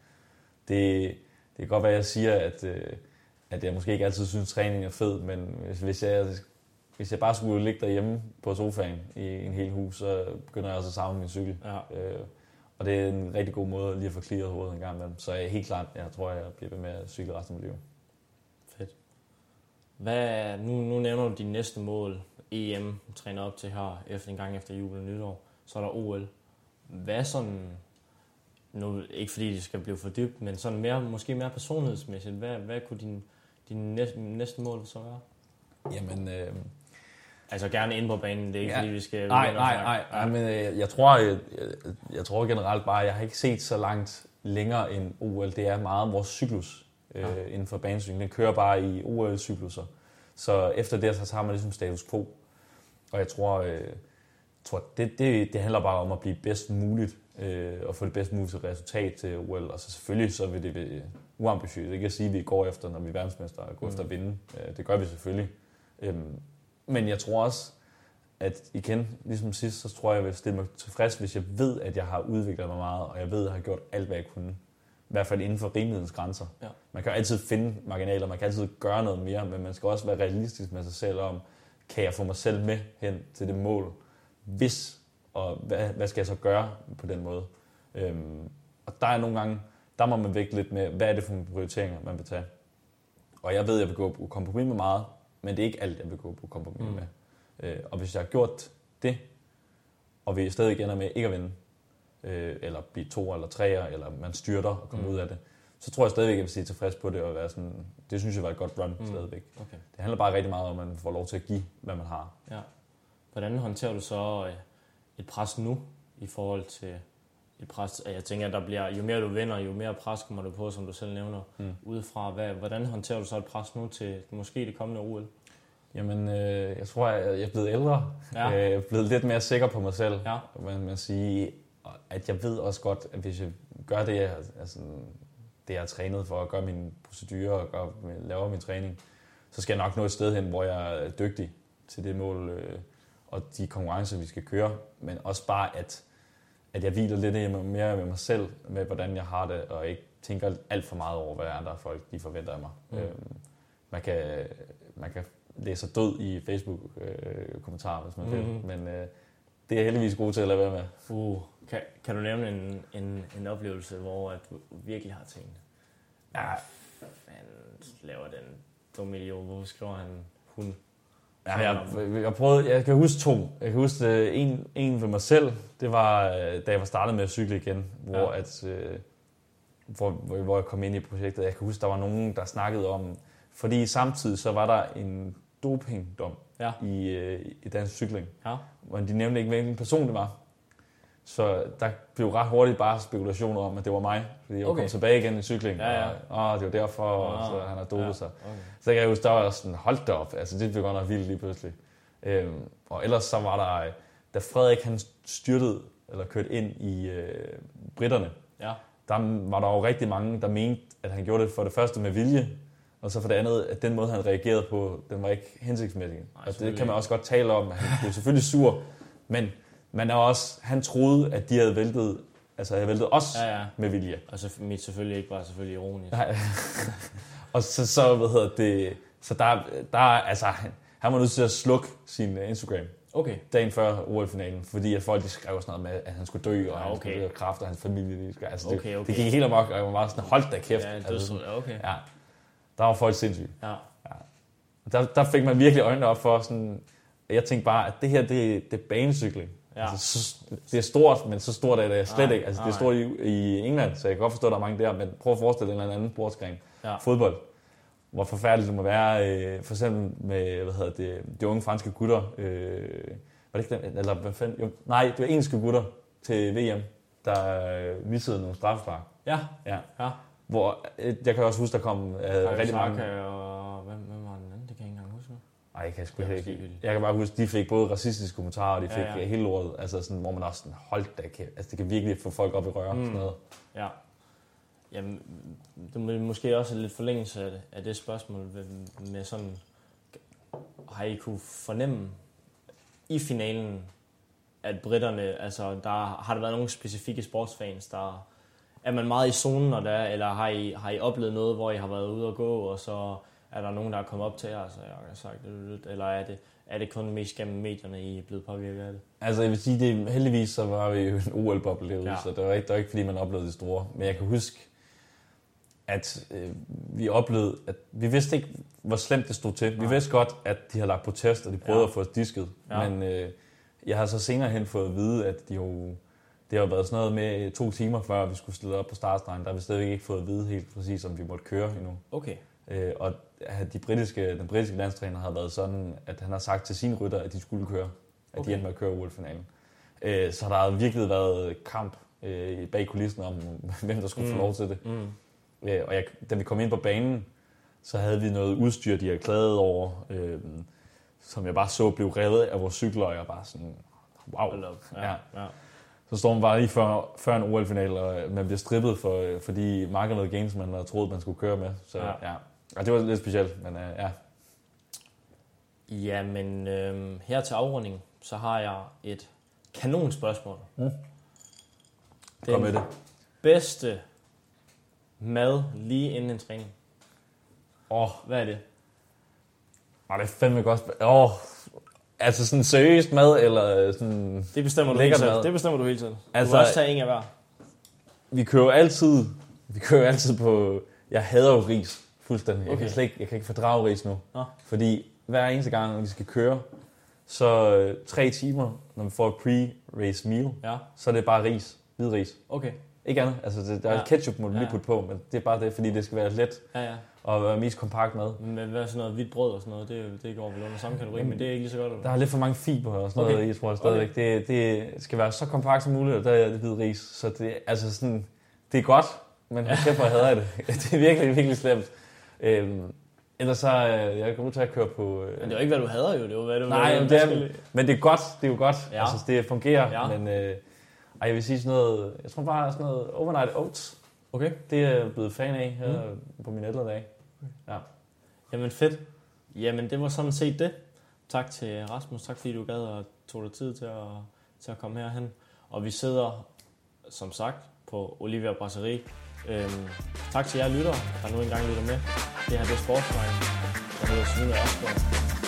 det kan godt være, at jeg siger, at jeg måske ikke altid synes, at træning er fed, men hvis jeg bare skulle ligge derhjemme på sofaen i en hel hus, så begynder jeg også at savne min cykel. Ja. Og det er en rigtig god måde lige at få clearet hovedet en gang imellem. Så jeg helt klart, jeg tror, jeg bliver ved med at cykle resten af mit liv. Fedt. Nu nævner du dine næste mål. EM træner op til her en gang efter jul og nytår. Så er der OL. Hvad sådan, nu ikke fordi det skal blive for dybt, men sådan måske mere personlighedsmæssigt, hvad kunne din næste mål så være? Jamen, altså gerne ind på banen, det er ikke fordi vi skal... Nej, men jeg tror generelt bare, jeg har ikke set så langt længere end OL. Det er meget vores cyklus inden for banecykling. Den kører bare i OL-cykluser. Så efter det, så tager man ligesom status quo. Og jeg tror det handler bare om at blive bedst muligt, og få det bedst mulige resultat til OL. Og så selvfølgelig så vil det være uambitiøst. Ikke at sige, at vi går efter, når vi er verdensmester, og går efter at vinde. Det gør vi selvfølgelig. Men jeg tror også, at igen, ligesom sidst, så tror jeg, jeg vil stille mig tilfreds, hvis jeg ved, at jeg har udviklet mig meget, og jeg ved, at jeg har gjort alt, hvad jeg kunne. I hvert fald inden for rimelighedens grænser. Ja. Man kan jo altid finde marginaler, man kan altid gøre noget mere, men man skal også være realistisk med sig selv om, kan jeg få mig selv med hen til det mål, og hvad skal jeg så gøre på den måde? Og der er nogle gange, der må man vægte lidt med, hvad er det for nogle prioriteringer, man vil tage. Og jeg ved, at jeg vil gå på kompromis med meget, men det er ikke alt, jeg vil gå på kompromis med. Og hvis jeg har gjort det, og vi stadig ender med ikke at vinde, eller blive 2 eller 3, eller man styrter og kommer ud af det, så tror jeg stadigvæk, at jeg vil sige tilfreds på det, og være sådan, det synes jeg var et godt run stadigvæk. Okay. Det handler bare rigtig meget om, at man får lov til at give, hvad man har. Ja. Hvordan håndterer du så et pres nu, i forhold til et pres? Jeg tænker, at der bliver, jo mere du vinder, jo mere pres kommer du på, som du selv nævner, udefra. Hvordan håndterer du så et pres nu til måske det kommende OL? Jamen, jeg tror, jeg er blevet ældre. Ja. Jeg er blevet lidt mere sikker på mig selv. Ja. Man siger, at jeg ved også godt, at hvis jeg gør det, det jeg har trænet for, at gøre mine procedurer og laver min træning, så skal jeg nok nå et sted hen, hvor jeg er dygtig til det mål og de konkurrencer, vi skal køre. Men også bare, at jeg hviler lidt mere med mig selv, med hvordan jeg har det, og ikke tænker alt for meget over, hvad andre folk de forventer af mig. Man kan læse sig død i Facebook-kommentarer, hvis man vil, men det er jeg heldigvis god til at lade være med. Kan du nævne en oplevelse, hvor at du virkelig har tænkt, laver den dumme idiot, hvorfor skriver han hun? Ja, jeg kan huske 2. Jeg kan huske en ved mig selv. Det var, da jeg var startet med at cykle igen, hvor hvor jeg kom ind i projektet. Jeg kan huske, der var nogen, der snakkede om, fordi samtidig så var der en dopingdom i dansk cykling. Ja. Men de nævnte ikke, hvilken person det var. Så der blev ret hurtigt bare spekulationer om, at det var mig. Fordi jeg kom tilbage igen i cykling, og det var derfor, så han har dopet sig. Okay. Så jeg kan huske, der var sådan, hold da op, altså det blev godt nok vildt lige pludselig. Og ellers så var der, da Frederik han styrtede, eller kørte ind i britterne, der var der jo rigtig mange, der mente, at han gjorde det for det første med vilje, og så for det andet, at den måde, han reagerede på, den var ikke hensigtsmæssig. Og det kan man også godt tale om. Han blev selvfølgelig sur, men man er også, han troede, at de havde væltet, havde væltet os med vilje. Altså mit selvfølgelig ikke var selvfølgelig ironisk. Og så så der altså, han var nødt til at slukke sin Instagram. Okay. Dagen før OL-finalen, fordi at folk de skrev sådan noget med, at han skulle dø, og han skulle dø af kræft, og hans familie. Det gik helt amok, og jeg var bare sådan, hold da kæft. Ja, der var folk sindssyge. Ja. Der fik man virkelig øjnene op for sådan, jeg tænkte bare, at det her, det er banecykling. Ja. Altså, det er stort, men så stort er det slet ikke. Altså, det er stort i England, så jeg kan godt forstå, at der er mange der, men prøv at forestille dig en eller anden sportsgren. Ja. Fodbold. Hvor forfærdeligt det må være, for eksempel med, de unge franske gutter. Var det ikke dem? Eller hvad fanden? Jo, nej, det var engelske gutter til VM, der missede nogle straffespark. Ja. Hvor, jeg kan også huske, der kom rigtig mange. Og hvem var den anden? Det kan jeg ikke engang huske. Nej, jeg kan sgu ikke. Jeg kan bare huske, de fik både racistiske kommentarer, og de fik hele lortet. Altså sådan, hvor man også sådan, hold da kæft. Altså det kan virkelig få folk op i røre. Sådan noget. Ja. Jamen, det er måske også lidt forlængelse af det spørgsmål med sådan, har I kunne fornemme i finalen, at britterne, altså der har der været nogle specifikke sportsfans, der er man meget i zonen, når der er, eller har I oplevet noget, hvor I har været ude at gå, og så er der nogen, der er kommet op til jer, så jeg har sagt det, eller er det kun mest gennem medierne, I er blevet påvirket af det? Altså jeg vil sige, det heldigvis så var vi jo en OL-boble derude, så det var ikke fordi man oplevede det store, men jeg kan huske, at vi oplevede, at vi vidste ikke, hvor slemt det stod til. Vi vidste godt, at de havde lagt protest, og de prøvede at få os disket. Ja. Men jeg har så senere hen fået at vide, at det har været sådan noget med 2 timer før, vi skulle stille op på startstregen. Der har vi stadigvæk ikke fået at vide helt præcis, om vi måtte køre endnu. Okay. Og den britiske landstræner har været sådan, at han har sagt til sine rytter, at de skulle køre. At de endte med at køre OL-finalen. Så der har virkelig været kamp bag kulissen om, hvem der skulle få lov til det. Og da vi kom ind på banen, så havde vi noget udstyr, de havde klaget over, som jeg bare så blev revet af vores cykler, og jeg bare sådan, wow. Ja. Så står man bare lige før en OL-final, og man bliver strippet for de markernede games, man havde troet, man skulle køre med. Så ja, det var lidt specielt, men ja. Ja, men her til afrunding, så har jeg et kanonspørgsmål. Kom med det. Bedste mad lige inden en træning. Hvad er det? Det er fandme godt. Altså sådan seriøst mad, eller sådan det bestemmer du helt selv. Det bestemmer du helt selv. Altså, du kan også tage en af hver. Vi kører jo altid på. Jeg hader jo ris fuldstændig. Okay. Jeg kan ikke fordrage ris nu. Fordi hver eneste gang vi skal køre, så 3 timer, når vi får et pre-race meal, så er det bare ris, hvid ris. Okay. Ikke andet. Altså der er ketchup, må du lige putte på, men det er bare det, fordi det skal være let. Og være mest kompakt mad. Men hvad er sådan noget hvidt brød og sådan noget? Det går vel under samme kategori, men det er ikke lige så godt. Eller? Der er lidt for mange fiber og sådan noget, jeg tror stadigvæk. Det skal være så kompakt som muligt, og der er det hvide ris. Så det, altså sådan, det er godt, men jeg kæft, hvor jeg hader det. Det er virkelig, virkelig slemt. Ellers så jeg kommer til at køre på. Men det er jo ikke, hvad du hader jo. Det er jo, hvad du men det er godt. Det er jo godt. Ja. Altså, det fungerer. Men jeg vil sige sådan noget. Jeg tror bare sådan noget overnight oats. Okay. Det er jeg blevet fan af her på mine ældre dage. Ja. Jamen fedt. Jamen det var sådan set det. Tak til Rasmus. Tak fordi du gad og tog dig tid til at komme herhen. Og vi sidder, som sagt, på Olivia Brasserie. Tak til jer lyttere, der nu engang lytter med. Det her det er Sportsvejen. Jeg hedder Svend Ørsgaard.